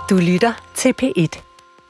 Du lytter til P1.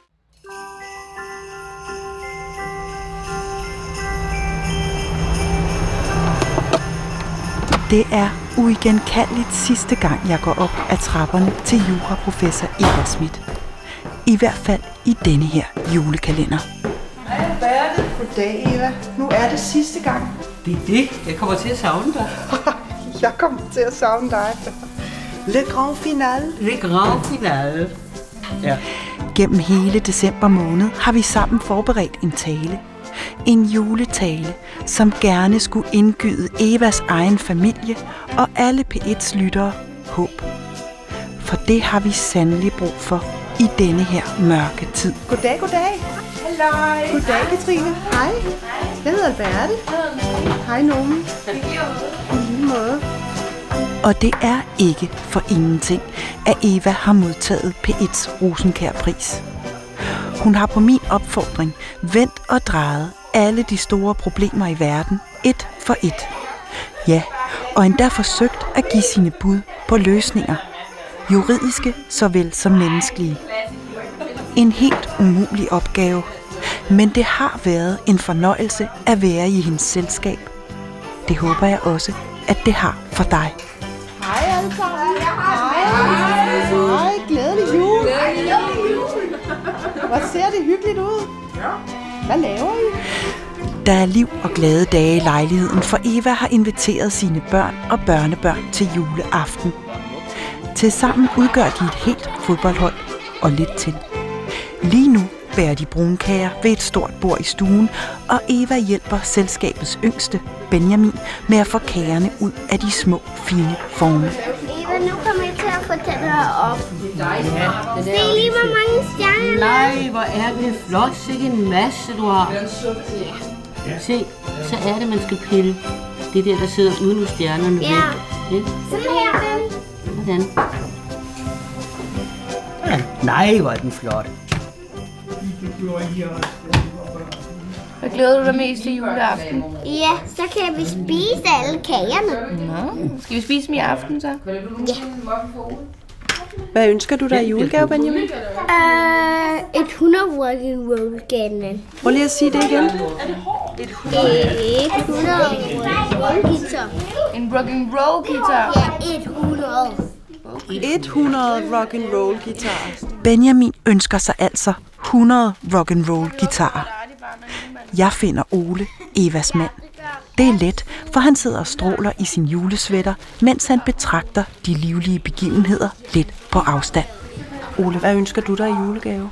Det er uigenkaldeligt sidste gang, jeg går op ad trapperne til juraprofessor Eva Smith. I hvert fald i denne her julekalender. Hej Bertel. Goddag Eva. Nu er det sidste gang. Det er det. Jeg kommer til at savne dig. Jeg kommer til at savne dig. Le grand finale. Le grand finale. Ja. Gennem hele december måned har vi sammen forberedt en tale. En juletale, som gerne skulle indgyde Evas egen familie og alle P1's lyttere håb. For det har vi sandelig brug for i denne her mørke tid. Goddag, goddag. Halløj. Goddag, Katrine. Hej. Jeg hedder Bertel. Hej, Nomen. På lige måde. Og det er ikke for ingenting, at Eva har modtaget P1's Rosenkjær-pris. Hun har på min opfordring vendt og drejet alle de store problemer i verden, et for et. Ja, og endda forsøgt at give sine bud på løsninger. Juridiske såvel som menneskelige. En helt umulig opgave, men det har været en fornøjelse at være i hendes selskab. Det håber jeg også, at det har for dig. Hej alle sammen. Hej. Glædelig jul. Hvor ser det hyggeligt ud. Hvad laver I? Der er liv og glade dage i lejligheden, for Eva har inviteret sine børn og børnebørn til juleaften. Tilsammen udgør de et helt fodboldhold og lidt til. Lige nu bærer de brunkager ved et stort bord i stuen, og Eva hjælper selskabets yngste, Benjamin, med at få kagerne ud af de små, fine forme. Eva, nu kommer jeg til at fortælle dig op. Ja, se lige, hvor mange stjerner. Nej, hvor er det flot. Sikke en masse, du har. Se, så er det, man skal pille. Det der sidder uden stjernerne. Ja. Væk. Sådan her, Ben. Hvordan? Ja. Nej, hvor er den flot. Hvad glæder du dig mest til juleaften? Ja, så kan vi spise alle kagerne. Nå, skal vi spise dem i aften så? Ja. Hvad ønsker du dig i julegave, Benjamin? Et 100 rock'n'roll-gane. Prøv lige at sige det igen. Et 100 rock'n'roll-guitar. En rock'n'roll-guitar? Ja, 100. 100 rock'n'roll guitar. Benjamin ønsker sig altså 100 rock'n'roll guitarer. Jeg finder Ole, Evas mand. Det er let, for han sidder og stråler i sin julesvætter, mens han betragter de livlige begivenheder lidt på afstand. Ole, hvad ønsker du dig i julegave?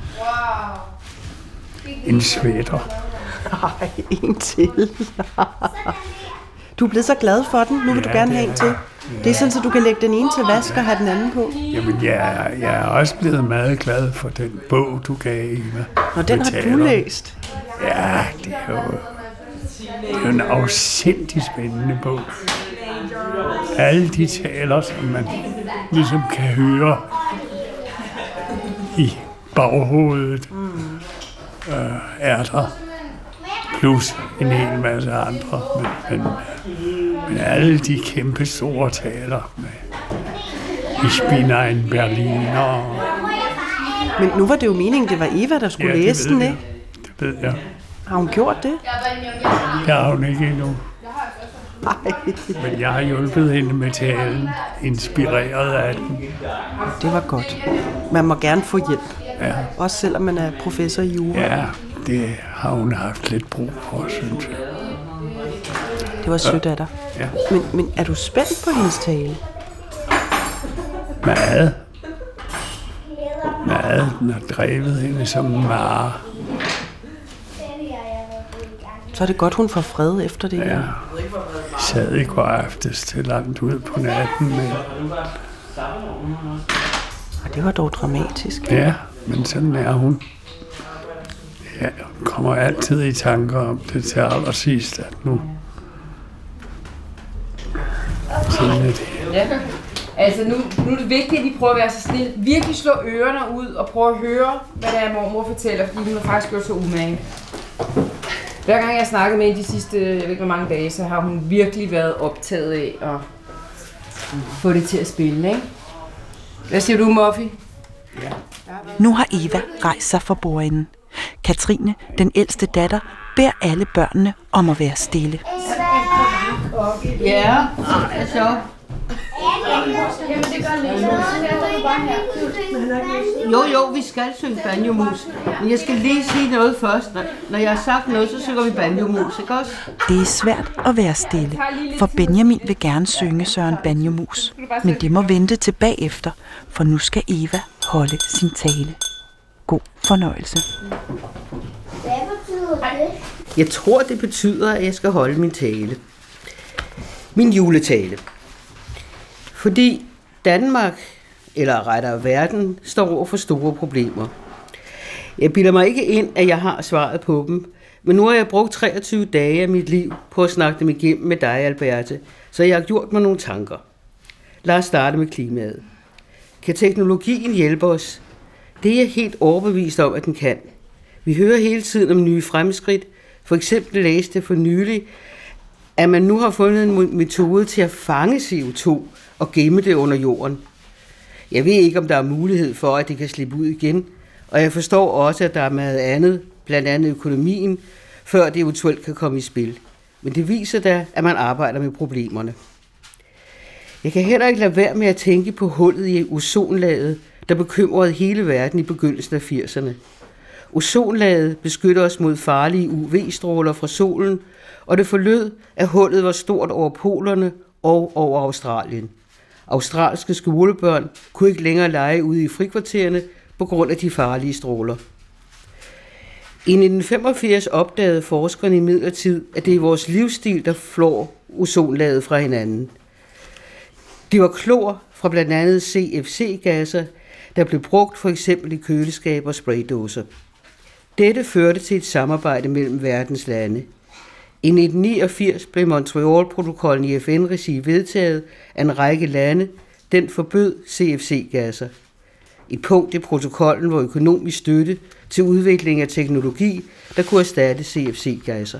En sweater. Nej, en til. Du er blevet så glad for den. Nu vil du gerne have en til. Det er sådan, så du kan lægge den ene til vask og have den anden på. Jamen, jeg er også blevet meget glad for den bog, du gav, Eva. Og den har du læst. Ja, det er jo en afsindig spændende bog. Alle de taler, som man ligesom kan høre i baghovedet, er der. Plus en hel masse andre. Men alle de kæmpe store taler med Ich bin ein Berliner. Men nu var det jo meningen, det var Eva, der skulle læse den, ikke? Det ved jeg. Har hun gjort det? Det har hun ikke endnu. Nej. Men jeg har hjulpet hende med talen, inspireret af den. Det var godt. Man må gerne få hjælp. Ja. Også selvom man er professor i jura. Ja, det har hun haft lidt brug for, synes jeg. Det var sødt af dig. Ja. Men er du spændt på hendes tale? Meget. Den har drevet hende som en mare. Så er det godt, hun får fred efter det. Ja. Jeg sad i går aftes til langt ud på natten. Men... Og det var dog dramatisk. Ja, men sådan er hun. Jeg kommer altid i tanker om det til allersidst, at nu... Sådan er det. Ja. Altså nu er det vigtigt, at de prøver at være så stille. Virkelig slå ørerne ud og prøve at høre, hvad det er, mormor fortæller, fordi hun har faktisk gjort så umage. Hver gang jeg har snakket med hende de sidste, jeg ved ikke hvor mange dage, så har hun virkelig været optaget af at få det til at spille, ikke? Hvad siger du, Muffy? Ja. Nu har Eva rejst sig fra bordenden. Katrine, den ældste datter, beder alle børnene om at være stille. Ja, altså. Jo, vi skal synge banjomus. Men jeg skal lige sige noget først. Når jeg har sagt noget, så synger vi banjomus, ikke også? Det er svært at være stille, for Benjamin vil gerne synge Søren Banjomus. Men det må vente til bagefter, for nu skal Eva holde sin tale. God fornøjelse. Hvad betyder det? Jeg tror, det betyder, at jeg skal holde min tale. Min juletale. Fordi Danmark, eller rettere verden, står over for store problemer. Jeg bilder mig ikke ind, at jeg har svaret på dem, men nu har jeg brugt 23 dage af mit liv på at snakke dem igennem med dig, Alberte, så jeg har gjort mig nogle tanker. Lad os starte med klimaet. Kan teknologien hjælpe os? Det er jeg helt overbevist om, at den kan. Vi hører hele tiden om nye fremskridt. For eksempel læste jeg for nylig, at man nu har fundet en metode til at fange CO2 og gemme det under jorden. Jeg ved ikke, om der er mulighed for, at det kan slippe ud igen, og jeg forstår også, at der er meget andet, blandt andet økonomien, før det eventuelt kan komme i spil. Men det viser da, at man arbejder med problemerne. Jeg kan heller ikke lade være med at tænke på hullet i ozonlaget, der bekymrede hele verden i begyndelsen af 80'erne. Ozonlaget beskytter os mod farlige UV-stråler fra solen, og det forlød, at hullet var stort over polerne og over Australien. Australske skolebørn kunne ikke længere lege ude i frikvartererne på grund af de farlige stråler. I 1985 opdagede forskerne imidlertid, at det er vores livsstil, der flår ozonlaget fra hinanden. Det var klor fra blandt andet CFC-gasser, der blev brugt for eksempel i køleskaber og spraydåser. Dette førte til et samarbejde mellem verdens lande. I 1989 blev Montreal-protokollen i FN-regi vedtaget af en række lande. Den forbød CFC-gasser. Et punkt i protokollen var økonomisk støtte til udvikling af teknologi, der kunne erstatte CFC-gasser.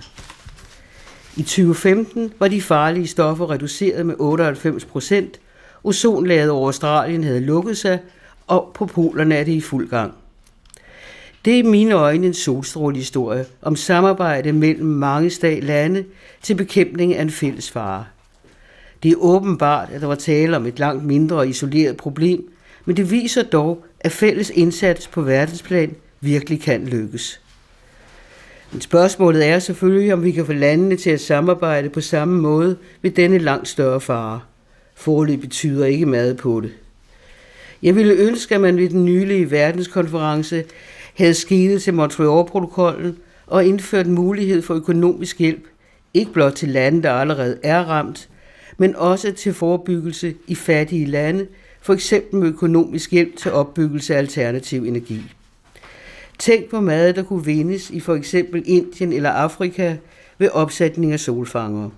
I 2015 var de farlige stoffer reduceret med 98%. Ozonlaget over Australien havde lukket sig, og på polerne er det i fuld gang. Det er i mine øjne en solstrålehistorie om samarbejde mellem mange lande til bekæmpning af en fælles fare. Det er åbenbart, at der var tale om et langt mindre og isoleret problem, men det viser dog, at fælles indsats på verdensplan virkelig kan lykkes. Men spørgsmålet er selvfølgelig, om vi kan få landene til at samarbejde på samme måde ved denne langt større fare. Foreløbig betyder ikke meget på det. Jeg ville ønske, at man ved den nylige verdenskonference havde skedet til Montreal-protokollen og indført mulighed for økonomisk hjælp, ikke blot til lande, der allerede er ramt, men også til forebyggelse i fattige lande, for eksempel med økonomisk hjælp til opbyggelse af alternativ energi. Tænk på mad, der kunne vindes i for eksempel Indien eller Afrika ved opsætning af solfangere.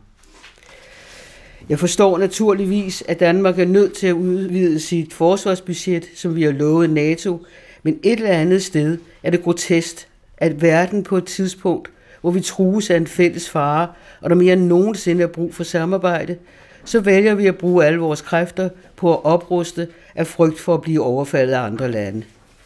Jeg forstår naturligvis, at Danmark er nødt til at udvide sit forsvarsbudget, som vi har lovet NATO, men et eller andet sted er det grotesk, at verden på et tidspunkt, hvor vi trues af en fælles fare, og der mere end nogensinde er brug for samarbejde, så vælger vi at bruge alle vores kræfter på at opruste af frygt for at blive overfaldet af andre lande.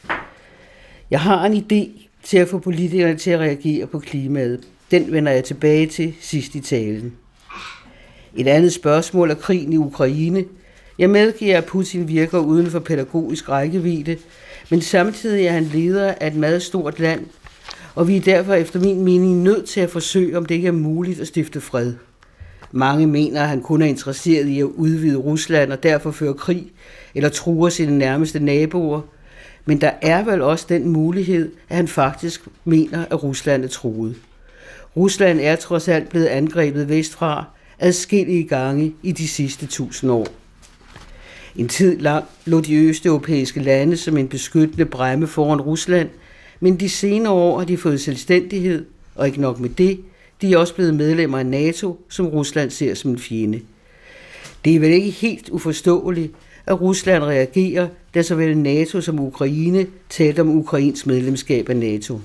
Jeg har en idé til at få politikerne til at reagere på klimaet. Den vender jeg tilbage til sidst i talen. Et andet spørgsmål er krigen i Ukraine. Jeg medgiver, at Putin virker uden for pædagogisk rækkevidde, men samtidig er han leder af et meget stort land, og vi er derfor efter min mening nødt til at forsøge, om det ikke er muligt at stifte fred. Mange mener, at han kun er interesseret i at udvide Rusland og derfor føre krig eller truer sine nærmeste naboer, men der er vel også den mulighed, at han faktisk mener, at Rusland er truet. Rusland er trods alt blevet angrebet vestfra adskillige gange i de sidste 1000 år. En tid lang lå de østeuropæiske lande som en beskyttende bræmme foran Rusland, men de senere år har de fået selvstændighed, og ikke nok med det, de er også blevet medlemmer af NATO, som Rusland ser som en fjende. Det er vel ikke helt uforståeligt, at Rusland reagerer, da såvel NATO som Ukraine talte om Ukrains medlemskab af NATO.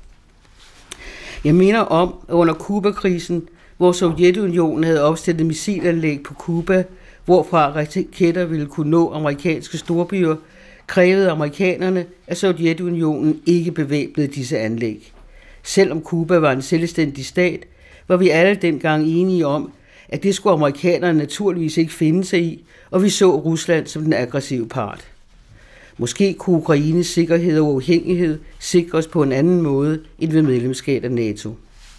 Jeg minder om, at under Kuba-krisen, hvor Sovjetunionen havde opstillet missilanlæg på Kuba, hvorfra raketter ville kunne nå amerikanske storbyer, krævede amerikanerne, at Sovjetunionen ikke bevæbnede disse anlæg. Selvom Cuba var en selvstændig stat, var vi alle dengang enige om, at det skulle amerikanerne naturligvis ikke finde sig i, og vi så Rusland som den aggressive part. Måske kunne Ukraines sikkerhed og uafhængighed sikres på en anden måde end ved medlemskab af NATO.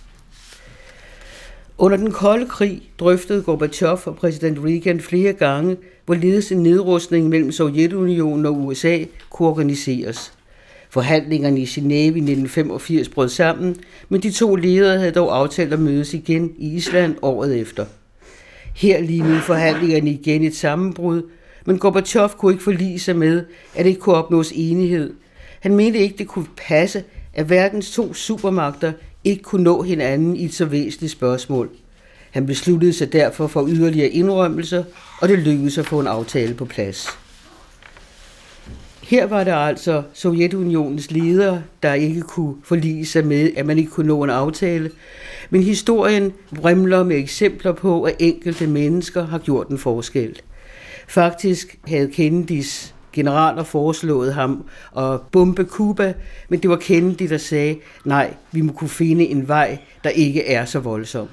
Under den kolde krig drøftede Gorbatjov og præsident Reagan flere gange, hvorledes en nedrustning mellem Sovjetunionen og USA kunne organiseres. Forhandlingerne i Genève i 1985 brød sammen, men de to ledere havde dog aftalt at mødes igen i Island året efter. Her lignede forhandlingerne igen et sammenbrud, men Gorbatjov kunne ikke forlige sig med, at det ikke kunne opnås enighed. Han mente ikke, det kunne passe, at verdens to supermagter ikke kunne nå hinanden i et så væsentligt spørgsmål. Han besluttede sig derfor for yderligere indrømmelser, og det lykkedes at få en aftale på plads. Her var der altså Sovjetunionens ledere, der ikke kunne forlige sig med, at man ikke kunne nå en aftale, men historien vrimler med eksempler på, at enkelte mennesker har gjort en forskel. Faktisk havde Kennedys generaler foreslået ham at bombe Cuba, men det var Kennedy, der sagde, nej, vi må kunne finde en vej, der ikke er så voldsom.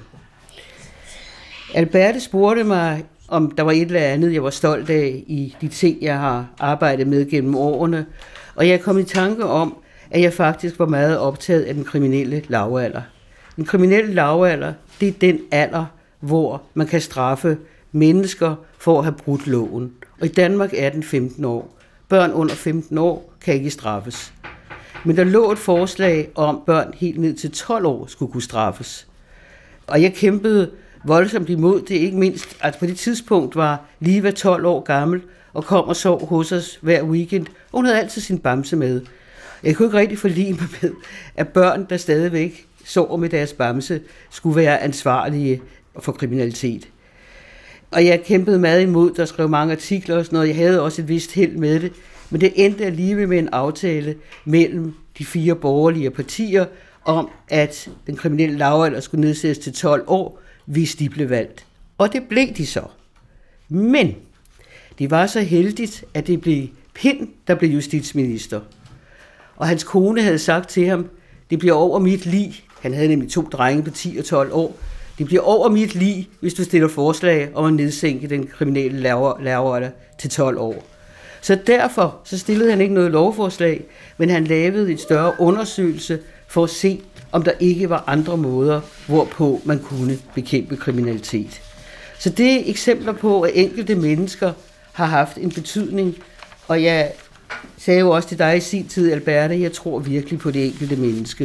Alberte spurgte mig, om der var et eller andet, jeg var stolt af i de ting, jeg har arbejdet med gennem årene, og jeg kom i tanke om, at jeg faktisk var meget optaget af den kriminelle lavalder. Den kriminelle lavalder, det er den alder, hvor man kan straffe mennesker for at have brudt loven. Og i Danmark er den 15 år. Børn under 15 år kan ikke straffes. Men der lå et forslag om, at børn helt ned til 12 år skulle kunne straffes. Og jeg kæmpede voldsomt imod det, ikke mindst, at på det tidspunkt var Liva 12 år gammel og kom og sov hos os hver weekend, og hun havde altid sin bamse med. Jeg kunne ikke rigtig forlige mig med, at børn, der stadigvæk sover med deres bamse, skulle være ansvarlige for kriminalitet. Og jeg kæmpede meget imod, der skrev mange artikler og sådan noget. Jeg havde også et vist held med det, men det endte alligevel med en aftale mellem de 4 borgerlige partier om, at den kriminelle lavalder skulle nedsættes til 12 år, hvis de blev valgt. Og det blev de så. Men det var så heldigt, at det blev Pind, der blev justitsminister. Og hans kone havde sagt til ham, det bliver over mit lig. Han havde nemlig 2 drenge på 10 og 12 år. Det bliver over mit lig, hvis du stiller forslag om at nedsænke den kriminelle lavalder til 12 år. Så derfor så stillede han ikke noget lovforslag, men han lavede en større undersøgelse for at se, om der ikke var andre måder, hvorpå man kunne bekæmpe kriminalitet. Så det er eksempler på, at enkelte mennesker har haft en betydning, og jeg sagde jo også til dig i sin tid, Alberte, jeg tror virkelig på det enkelte menneske.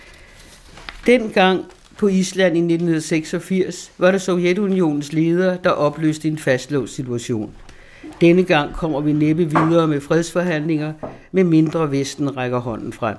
Dengang på Island i 1986 var det Sovjetunionens ledere, der opløste en fastlåst situation. Denne gang kommer vi næppe videre med fredsforhandlinger, med mindre Vesten rækker hånden frem.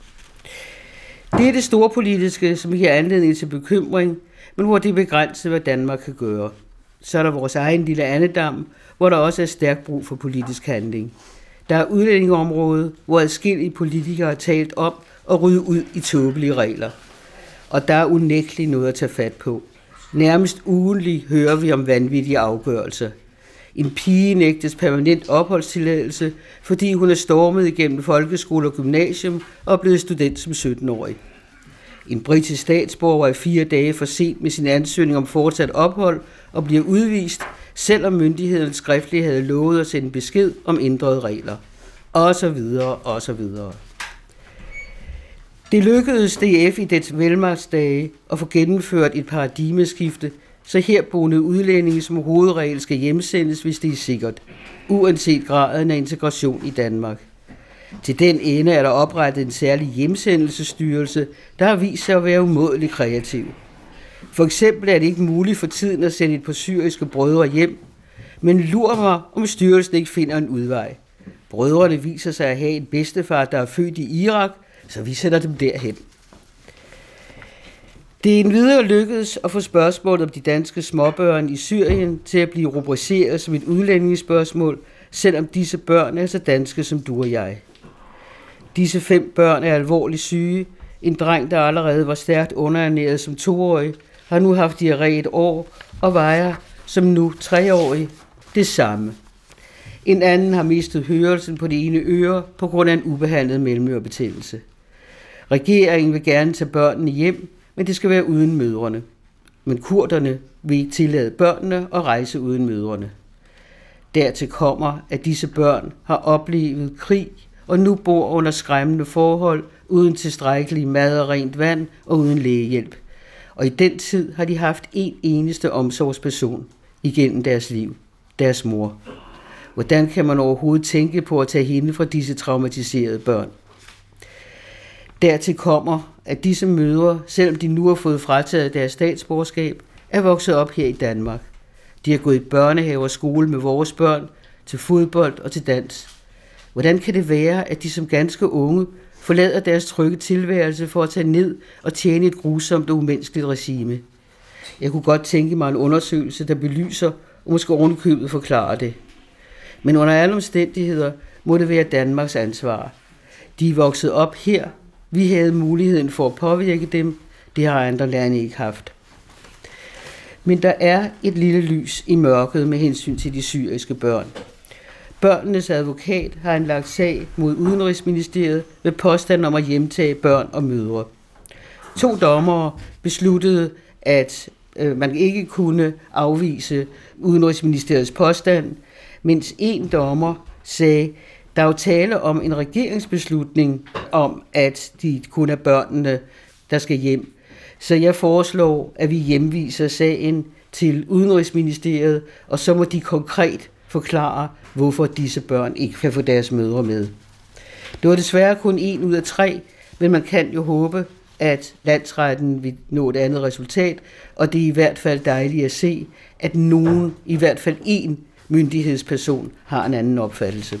Det er det store politiske, som giver anledning til bekymring, men hvor det er begrænset, hvad Danmark kan gøre. Så er der vores egen lille andedam, hvor der også er stærk brug for politisk handling. Der er udlændingeområdet, hvor adskillige politikere har talt om at rydde ud i tåbelige regler. Og der er unægteligt noget at tage fat på. Nærmest ugentlig hører vi om vanvittige afgørelser. En pige nægtes permanent opholdstilladelse, fordi hun er stormet igennem folkeskole og gymnasium og er blevet student som 17-årig. En britisk statsborger er 4 dage for sent med sin ansøgning om fortsat ophold og bliver udvist, selvom myndighederne skriftligt havde lovet at sende besked om ændrede regler. Og så videre, og så videre. Det lykkedes DF i dets velmagtsdage at få gennemført et paradigmeskifte, så herboende udlændinge som hovedregel skal hjemsendes, hvis det er sikkert, uanset graden af integration i Danmark. Til den ende er der oprettet en særlig hjemsendelsesstyrelse, der har vist sig at være umådeligt kreativ. For eksempel er det ikke muligt for tiden at sende et par syriske brødre hjem, men lur mig, om styrelsen ikke finder en udvej. Brødrene viser sig at have en bedstefar, der er født i Irak, så vi sætter dem derhen. Det er endvidere lykkedes at få spørgsmålet om de danske småbørn i Syrien til at blive rubriceret som et udlændingespørgsmål, selvom disse børn er så danske som du og jeg. Disse 5 børn er alvorligt syge. En dreng, der allerede var stærkt underernæret som 2-årig, har nu haft diarré et år og vejer som nu 3-årig det samme. En anden har mistet hørelsen på det ene øre på grund af en ubehandlet mellemørebetændelse. Regeringen vil gerne tage børnene hjem, men det skal være uden mødrene. Men kurderne vil ikke tillade børnene at rejse uden mødrene. Dertil kommer, at disse børn har oplevet krig og nu bor under skræmmende forhold, uden tilstrækkelig mad og rent vand og uden lægehjælp. Og i den tid har de haft en eneste omsorgsperson igennem deres liv, deres mor. Hvordan kan man overhovedet tænke på at tage hende fra disse traumatiserede børn? Dertil kommer, at disse mødre, selvom de nu har fået frataget deres statsborgerskab, er vokset op her i Danmark. De har gået i børnehave og skole med vores børn, til fodbold og til dans. Hvordan kan det være, at de som ganske unge forlader deres trygge tilværelse for at tage ned og tjene et grusomt og umenneskeligt regime? Jeg kunne godt tænke mig en undersøgelse, der belyser og måske ovenikøbet forklarer det. Men under alle omstændigheder må det være Danmarks ansvar. De er vokset op her. Vi havde muligheden for at påvirke dem. Det har andre lande ikke haft. Men der er et lille lys i mørket med hensyn til de syriske børn. Børnenes advokat har anlagt sag mod Udenrigsministeriet med påstand om at hjemtage børn og mødre. 2 dommere besluttede, at man ikke kunne afvise Udenrigsministeriets påstand, mens 1 dommer sagde, der er jo tale om en regeringsbeslutning om, at de kun er børnene, der skal hjem. Så jeg foreslår, at vi hjemviser sagen til Udenrigsministeriet, og så må de konkret forklare, hvorfor disse børn ikke kan få deres mødre med. Det var desværre kun 1 ud af 3, men man kan jo håbe, at landsretten vil nå et andet resultat, og det er i hvert fald dejligt at se, at nogen, i hvert fald 1 myndighedsperson, har en anden opfattelse.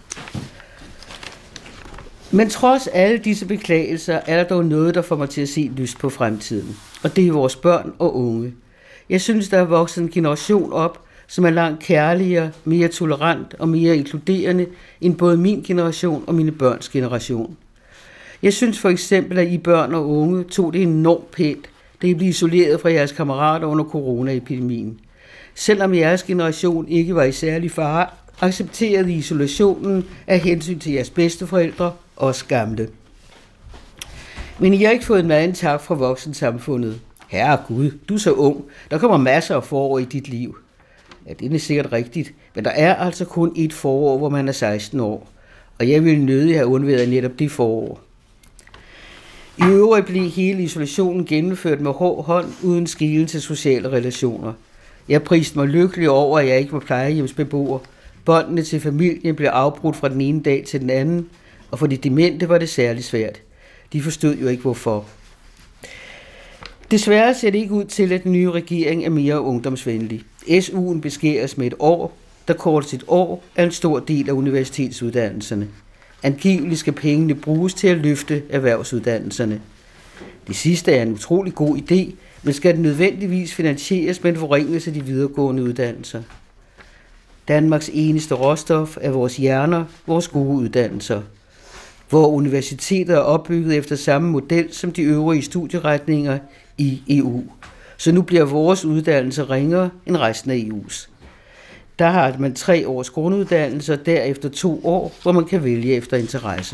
Men trods alle disse beklagelser, er der dog noget, der får mig til at se lyst på fremtiden. Og det er vores børn og unge. Jeg synes, der er vokset en generation op, som er langt kærligere, mere tolerant og mere inkluderende end både min generation og mine børns generation. Jeg synes for eksempel, at I børn og unge tog det enormt pænt, da I blev isoleret fra jeres kammerater under coronaepidemien. Selvom jeres generation ikke var i særlig fare, accepterede I isolationen af hensyn til jeres bedsteforældre, os gamle. Men I har ikke fået en tak fra voksensamfundet. Herregud, du er så ung. Der kommer masser af forår i dit liv. Ja, det er sikkert rigtigt, men der er altså kun et forår, hvor man er 16 år. Og jeg ville nødig have undværet netop det forår. I øvrigt blev hele isolationen gennemført med hård hånd, uden skelen til sociale relationer. Jeg priste mig lykkelig over, at jeg ikke var plejehjemsbeboer. Båndene til familien blev afbrudt fra den ene dag til den anden, og for de demente var det særligt svært. De forstod jo ikke hvorfor. Desværre ser det ikke ud til, at den nye regering er mere ungdomsvenlig. SU'en beskæres med 1 år, der kortes 1 år af en stor del af universitetsuddannelserne. Angiveligt skal pengene bruges til at løfte erhvervsuddannelserne. Det sidste er en utrolig god idé, men skal det nødvendigvis finansieres med en forringelse af de videregående uddannelser. Danmarks eneste råstof er vores hjerner, vores gode uddannelser. Hvor universitetet er opbygget efter samme model som de øvrige studieretninger i EU. Så nu bliver vores uddannelser ringere end resten af EU's. Der har man 3 års grunduddannelse og derefter 2 år, hvor man kan vælge efter interesse.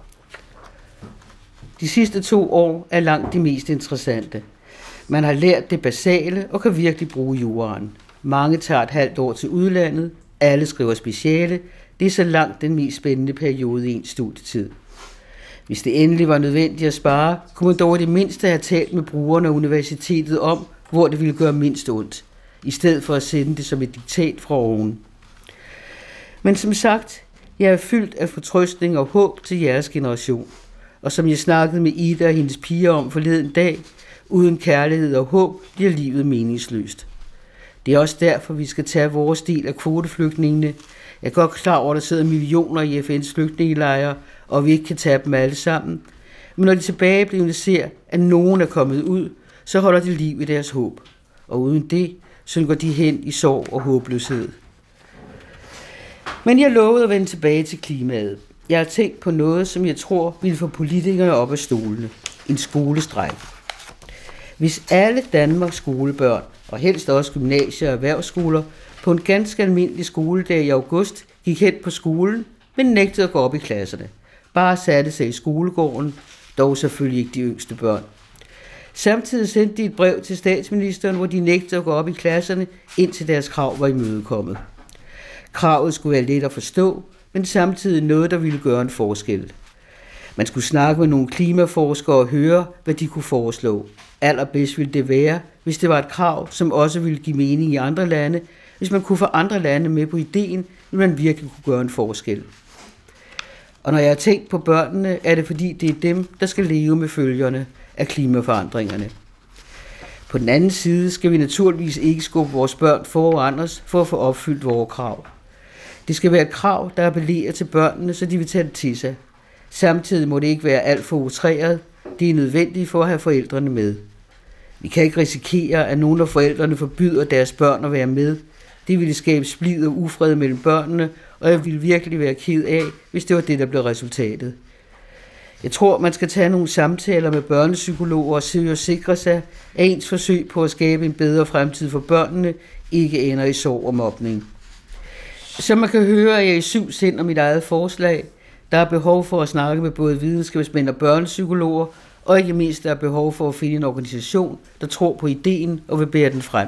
De sidste 2 år er langt de mest interessante. Man har lært det basale og kan virkelig bruge juraen. Mange tager et halvt år til udlandet, alle skriver speciale. Det er så langt den mest spændende periode i en studietid. Hvis det endelig var nødvendigt at spare, kunne man dog i det mindste have talt med brugerne af universitetet om, hvor det ville gøre mindst ondt, i stedet for at sende det som et diktat fra oven. Men som sagt, jeg er fyldt af fortrøstning og håb til jeres generation. Og som jeg snakkede med Ida og hendes piger om forleden dag, uden kærlighed og håb bliver livet meningsløst. Det er også derfor, vi skal tage vores del af kvoteflygtningene. Jeg er godt klar over, at der sidder millioner i FN's flygtningelejre, og vi ikke kan tage dem alle sammen. Men når de tilbageblivende ser, at nogen er kommet ud, så holder de liv i deres håb. Og uden det synker de hen i sorg og håbløshed. Men jeg lovede at vende tilbage til klimaet. Jeg har tænkt på noget, som jeg tror ville få politikerne op af stolene. En skolestrejk. Hvis alle Danmarks skolebørn, og helst også gymnasier og erhvervsskoler, på en ganske almindelig skoledag i august gik hen på skolen, men nægtede at gå op i klasserne. Bare satte sig i skolegården, dog selvfølgelig ikke de yngste børn. Samtidig sendte de et brev til statsministeren, hvor de nægtede at gå op i klasserne, indtil deres krav var imødekommet. Kravet skulle være let at forstå, men samtidig noget, der ville gøre en forskel. Man skulle snakke med nogle klimaforskere og høre, hvad de kunne foreslå. Allerbedst ville det være, hvis det var et krav, som også ville give mening i andre lande, hvis man kunne få andre lande med på ideen, vil man virkelig kunne gøre en forskel. Og når jeg har tænkt på børnene, er det fordi, det er dem, der skal leve med følgerne af klimaforandringerne. På den anden side skal vi naturligvis ikke skubbe vores børn foran os for at få opfyldt vores krav. Det skal være et krav, der appellerer til børnene, så de vil tage det til sig. Samtidig må det ikke være alt for utræret. Det er nødvendigt for at have forældrene med. Vi kan ikke risikere, at nogle af forældrene forbyder deres børn at være med. Det ville skabe splid og ufred mellem børnene, og jeg ville virkelig være ked af, hvis det var det, der blev resultatet. Jeg tror, man skal tage nogle samtaler med børnepsykologer og søge at sikre sig, at ens forsøg på at skabe en bedre fremtid for børnene ikke ender i sorg og mobning. Som man kan høre, er jeg i 7 sind om mit eget forslag. Der er behov for at snakke med både videnskabsmænd og børnepsykologer, og ikke mindst der er behov for at finde en organisation, der tror på ideen og vil bære den frem.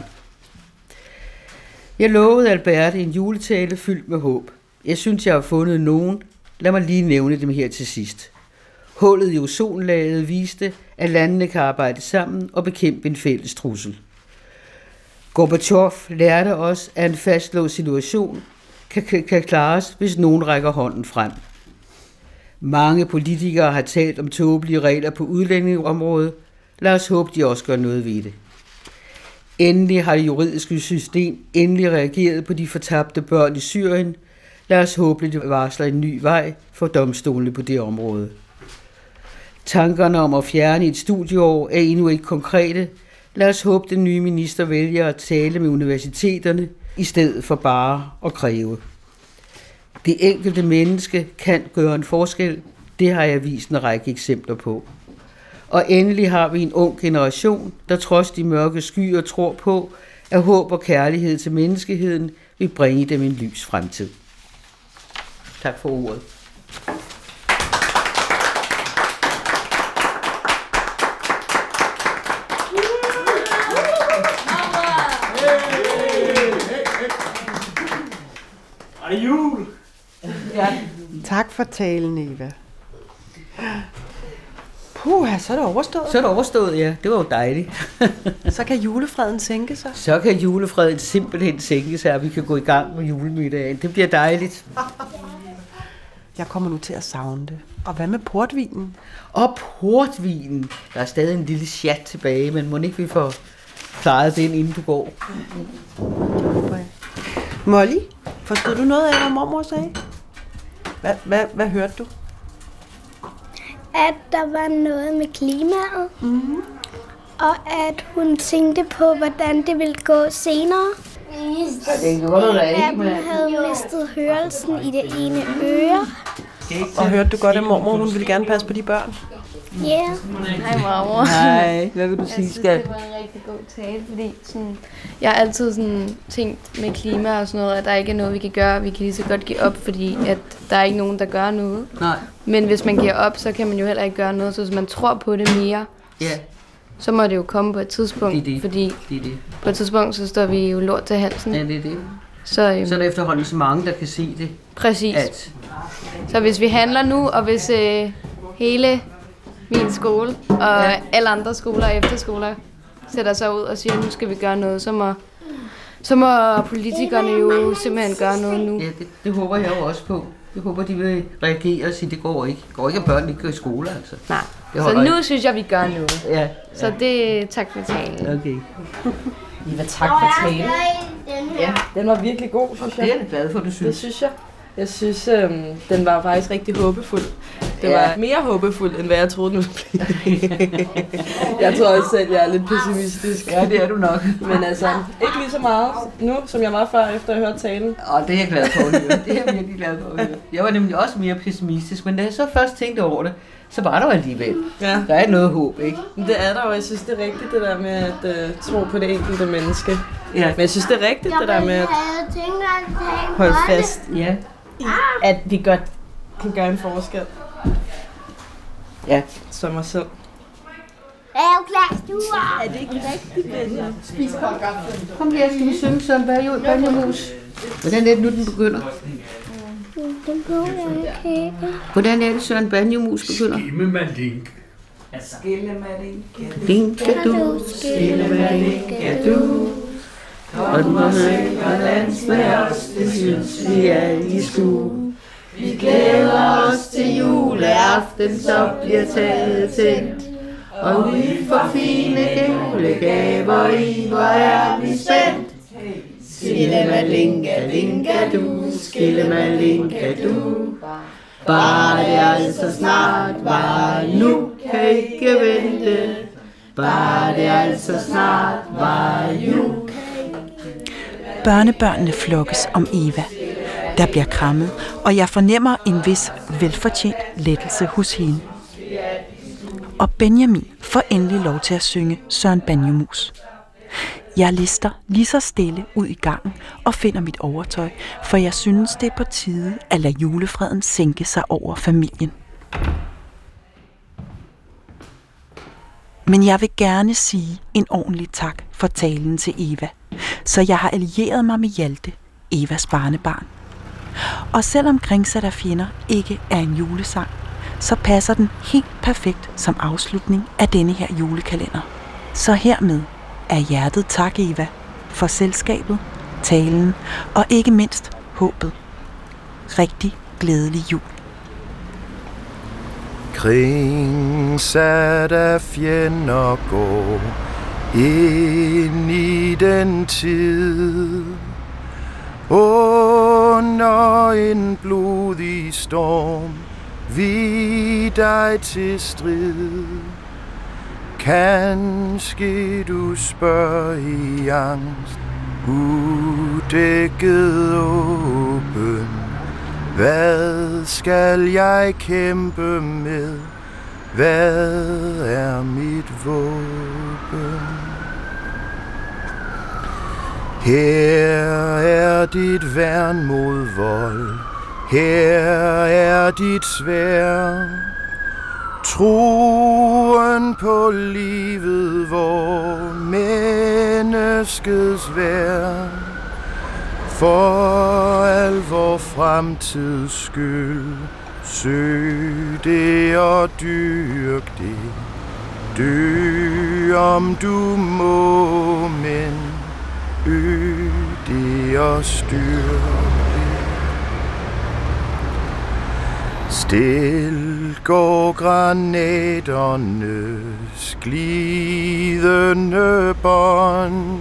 Jeg lovede Alberte en juletale fyldt med håb. Jeg synes, jeg har fundet nogen. Lad mig lige nævne dem her til sidst. Hullet i ozonlaget viste, at landene kan arbejde sammen og bekæmpe en fælles trussel. Gorbachev lærte os, at en fastlåst situation kan klares, hvis nogen rækker hånden frem. Mange politikere har talt om tåbelige regler på udlændingeområdet. Lad os håbe, de også gør noget ved det. Endelig har det juridiske system endelig reageret på de fortabte børn i Syrien. Lad os håbe, at det varsler en ny vej for domstolene på det område. Tankerne om at fjerne et studieår er endnu ikke konkrete. Lad os håbe, at den nye minister vælger at tale med universiteterne, i stedet for bare at kræve. Det enkelte menneske kan gøre en forskel. Det har jeg vist en række eksempler på. Og endelig har vi en ung generation, der trods de mørke skyer tror på, at håb og kærlighed til menneskeheden vil bringe dem en lys fremtid. Tak for ordet. Er det jul? Ja. Tak for talen, Eva. Puh, så er det overstået. Så er det overstået, ja. Det var jo dejligt. Så kan julefreden sænke sig. Så kan julefreden simpelthen sænke sig, og vi kan gå i gang med julemiddagen. Det bliver dejligt. Jeg kommer nu til at savne det. Og hvad med portvinen? Og portvinen. Der er stadig en lille chat tilbage, men må ikke vi får klaret den, inden du går. Molly, forstod du noget af, hvad mormor sagde? Hvad hørte du? At der var noget med klimaet, og at hun tænkte på, hvordan det ville gå senere. At hun havde mistet hørelsen i det ene øre. Og hørte du godt, at mormor hun ville gerne passe på de børn? Ja. Yeah. Hej mormor. Hej, hvad vil du sige, skat? Det var en rigtig god tale, fordi sådan, jeg har altid sådan tænkt med klima og sådan noget, at der ikke er noget, vi kan gøre. Vi kan lige så godt give op, fordi at der er ikke nogen, der gør noget. Nej. Men hvis man giver op, så kan man jo heller ikke gøre noget. Så hvis man tror på det mere, så må det jo komme på et tidspunkt. Det. Fordi på et tidspunkt, så står vi jo lort til halsen. Ja, det er det. Så er der efterhånden så mange, der kan se det. Præcis. Så hvis vi handler nu, og hvis hele min skole og alle andre skoler og efterskoler sætter sig ud og siger, at nu skal vi gøre noget, så må politikerne jo simpelthen gøre noget nu. Ja, det håber jeg jo også på. Jeg håber, de vil reagere og sige, at det går ikke. Det går ikke, at børn ikke går i skole, altså. Nej, så nu ikke. Synes jeg, vi gør noget. Ja. Så det tak for talen. Okay. Eva, tak for talen. Ja, den var virkelig god, synes jeg. Det er jeg glad for, du synes. Det synes jeg. Jeg synes, den var faktisk rigtig håbefuld. Det var mere håbefuld, end hvad jeg troede, den ville blive. Jeg tror også selv, jeg er lidt pessimistisk. Ja, det er du nok. Men altså, ikke lige så meget nu, som jeg var før, efter at have hørt talen. Det er jeg glad for at høre. Det er jeg virkelig glad for at høre. Jeg var nemlig også mere pessimistisk, men da jeg så først tænkte over det, så var der jo alligevel. Ja. Der er noget håb, ikke? Det er der, og jeg synes, det er rigtigt, det der med at tro på det enkelte menneske. Ja. Men jeg synes, det er rigtigt, det der med at holde fast. Ja. at vi godt kan gøre en forskel. Ja. Som mig selv. Er jeg klar, stuer? Er det ikke rigtigt, Benja? Spis kongaften. Kom her, skal vi synge Søren Banjemus. Hvordan er det nu, den begynder? Den går jeg ikke. Hvordan er det, Søren Banjemus begynder? Skimmemalink. Dinka-du, skille-malinka-du. Og den må synger dans med os, det synes vi alle skulle. Vi glæder os til juleaften, så bliver taget tændt. Og vi får fine julegaver i, hvor er vi spændt. Skille-malinka-linka-du, skille-malinka-du. Bare det altså snart, bare nu, kan ikke vente. Bare det altså snart, bare nu. Børnebørnene flokkes om Eva. Der bliver krammet, og jeg fornemmer en vis velfortjent lettelse hos hende. Og Benjamin får endelig lov til at synge Søren Banjemus. Jeg lister lige så stille ud i gangen og finder mit overtøj, for jeg synes, det er på tide at lade julefreden sænke sig over familien. Men jeg vil gerne sige en ordentlig tak for talen til Eva, så jeg har allieret mig med Hjalte, Evas barnebarn. Og selvom Kringsat af fjender ikke er en julesang, så passer den helt perfekt som afslutning af denne her julekalender. Så hermed er hjertet tak, Eva, for selskabet, talen og ikke mindst håbet. Rigtig glædelig jul. Kringsat af fjender går ind i den tid, under en blodig storm vi dig til strid. Kanske du spørger i angst, udækket åben. Hvad skal jeg kæmpe med? Hvad er mit våben? Her er dit værn mod vold. Her er dit sværd. Troen på livet, hvor menneskets værd. For al vor fremtids skyld, søg det og dyrk det. Dø om du må, men øg det og styrk det. Stil går granaternes glidende bånd.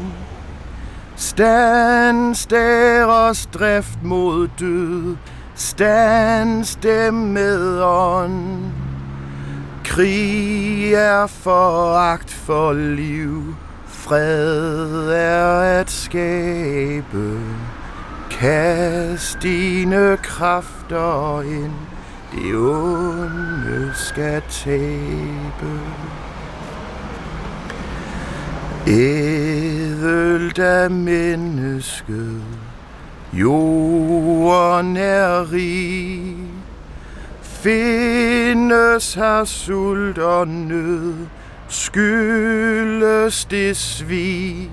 Stands deres drift mod død, stands dem med ånd. Krig er foragt for liv, fred er at skabe. Kast dine kræfter ind, det onde skal tabe. Ædelt af mennesket, jorden er rig. Findes her sult og nød, skyldes det svig.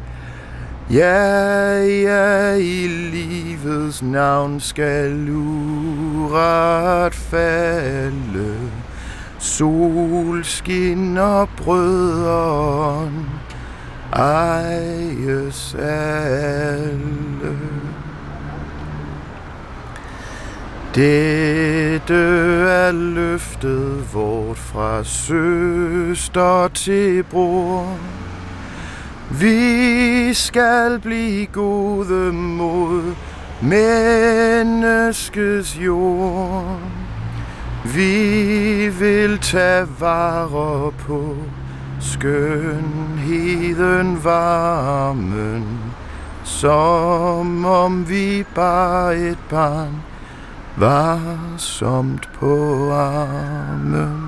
Ja, i livets navn skal uret falde. Sol skinner brødren, ejes alle. Dette er løftet vort fra søster til bror. Vi skal blive gode mod menneskets jord. Vi vil tage vare på skønheden, varmen, som om vi bare et barn varsomt på armen.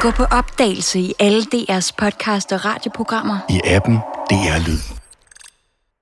Gå på opdagelse i alle DR's podcast og radioprogrammer. I appen DR Lyd.